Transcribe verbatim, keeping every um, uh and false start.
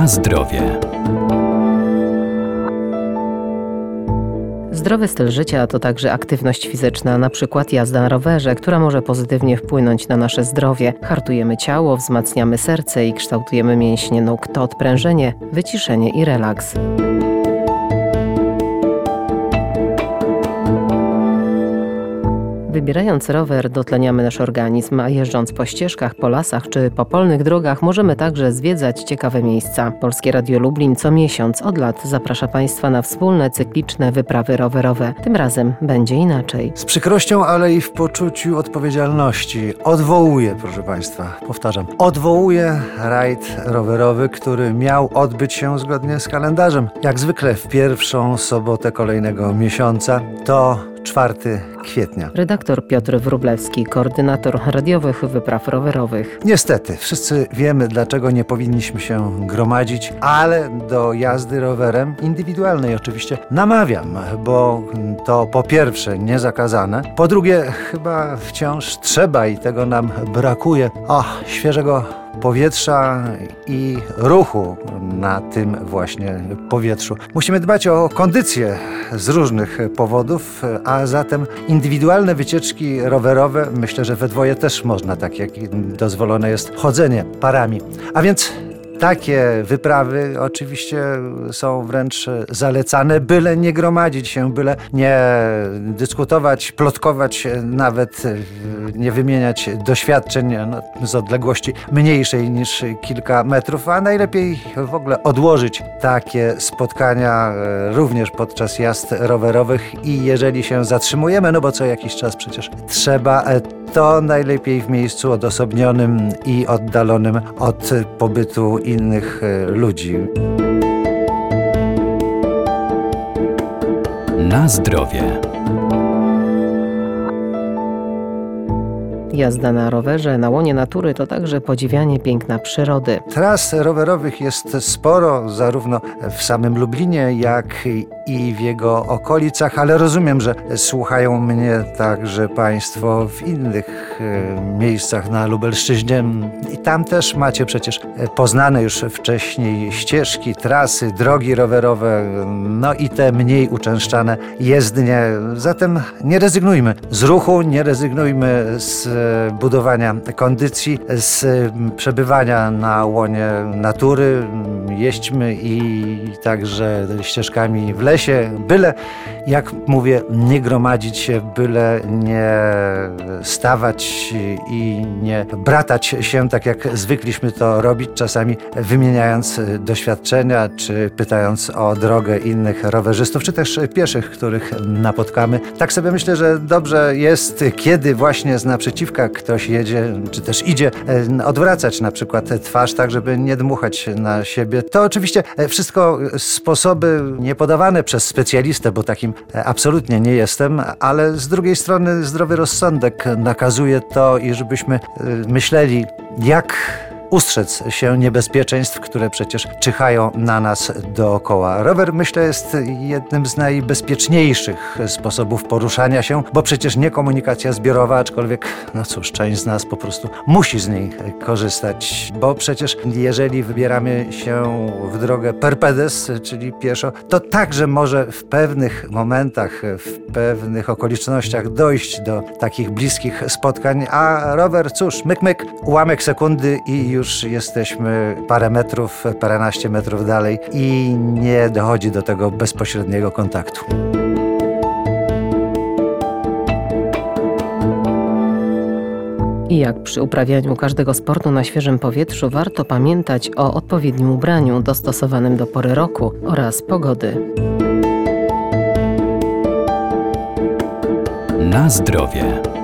Na zdrowie. Zdrowy styl życia to także aktywność fizyczna, na przykład jazda na rowerze, która może pozytywnie wpłynąć na nasze zdrowie. Hartujemy ciało, wzmacniamy serce i kształtujemy mięśnie nóg. To odprężenie, wyciszenie i relaks. Wybierając rower, dotleniamy nasz organizm, a jeżdżąc po ścieżkach, po lasach czy po polnych drogach możemy także zwiedzać ciekawe miejsca. Polskie Radio Lublin co miesiąc od lat zaprasza Państwa na wspólne cykliczne wyprawy rowerowe. Tym razem będzie inaczej. Z przykrością, ale i w poczuciu odpowiedzialności odwołuję, proszę Państwa, powtarzam, odwołuję rajd rowerowy, który miał odbyć się zgodnie z kalendarzem. Jak zwykle w pierwszą sobotę kolejnego miesiąca, to czwartego kwietnia. Redaktor Piotr Wróblewski, koordynator radiowych wypraw rowerowych. Niestety, wszyscy wiemy, dlaczego nie powinniśmy się gromadzić, ale do jazdy rowerem, indywidualnej oczywiście, namawiam, bo to po pierwsze niezakazane, po drugie chyba wciąż trzeba i tego nam brakuje, o, świeżego powietrza i ruchu na tym właśnie powietrzu. Musimy dbać o kondycję z różnych powodów, a zatem indywidualne wycieczki rowerowe, myślę, że we dwoje też można, tak jak dozwolone jest chodzenie parami. A więc takie wyprawy oczywiście są wręcz zalecane, byle nie gromadzić się, byle nie dyskutować, plotkować, nawet nie wymieniać doświadczeń no, z odległości mniejszej niż kilka metrów, a najlepiej w ogóle odłożyć takie spotkania również podczas jazd rowerowych i jeżeli się zatrzymujemy, no bo co jakiś czas przecież trzeba, to najlepiej w miejscu odosobnionym i oddalonym od pobytu innych ludzi. Na zdrowie. Jazda na rowerze na łonie natury to także podziwianie piękna przyrody. Tras rowerowych jest sporo, zarówno w samym Lublinie, jak i w jego okolicach, ale rozumiem, że słuchają mnie także Państwo w innych miejscach na Lubelszczyźnie i tam też macie przecież poznane już wcześniej ścieżki, trasy, drogi rowerowe, no i te mniej uczęszczane jezdnie. Zatem nie rezygnujmy z ruchu, nie rezygnujmy z budowania kondycji, z przebywania na łonie natury. Jeźdźmy i także ścieżkami w lesie, byle, jak mówię, nie gromadzić się, byle nie stawać i nie bratać się, tak jak zwykliśmy to robić, czasami wymieniając doświadczenia, czy pytając o drogę innych rowerzystów, czy też pieszych, których napotkamy. Tak sobie myślę, że dobrze jest, kiedy właśnie z naprzeciwka ktoś jedzie, czy też idzie, odwracać na przykład twarz, tak żeby nie dmuchać na siebie. To oczywiście wszystko sposoby niepodawane przez specjalistę, bo takim absolutnie nie jestem, ale z drugiej strony zdrowy rozsądek nakazuje to, i żebyśmy myśleli, jak ustrzec się niebezpieczeństw, które przecież czyhają na nas dookoła. Rower, myślę, jest jednym z najbezpieczniejszych sposobów poruszania się, bo przecież nie komunikacja zbiorowa, aczkolwiek, no cóż, część z nas po prostu musi z niej korzystać, bo przecież jeżeli wybieramy się w drogę per pedes, czyli pieszo, to także może w pewnych momentach, w pewnych okolicznościach dojść do takich bliskich spotkań, a rower, cóż, myk, myk, ułamek sekundy i już Już jesteśmy parę metrów, paręnaście metrów dalej i nie dochodzi do tego bezpośredniego kontaktu. I jak przy uprawianiu każdego sportu na świeżym powietrzu, warto pamiętać o odpowiednim ubraniu dostosowanym do pory roku oraz pogody. Na zdrowie.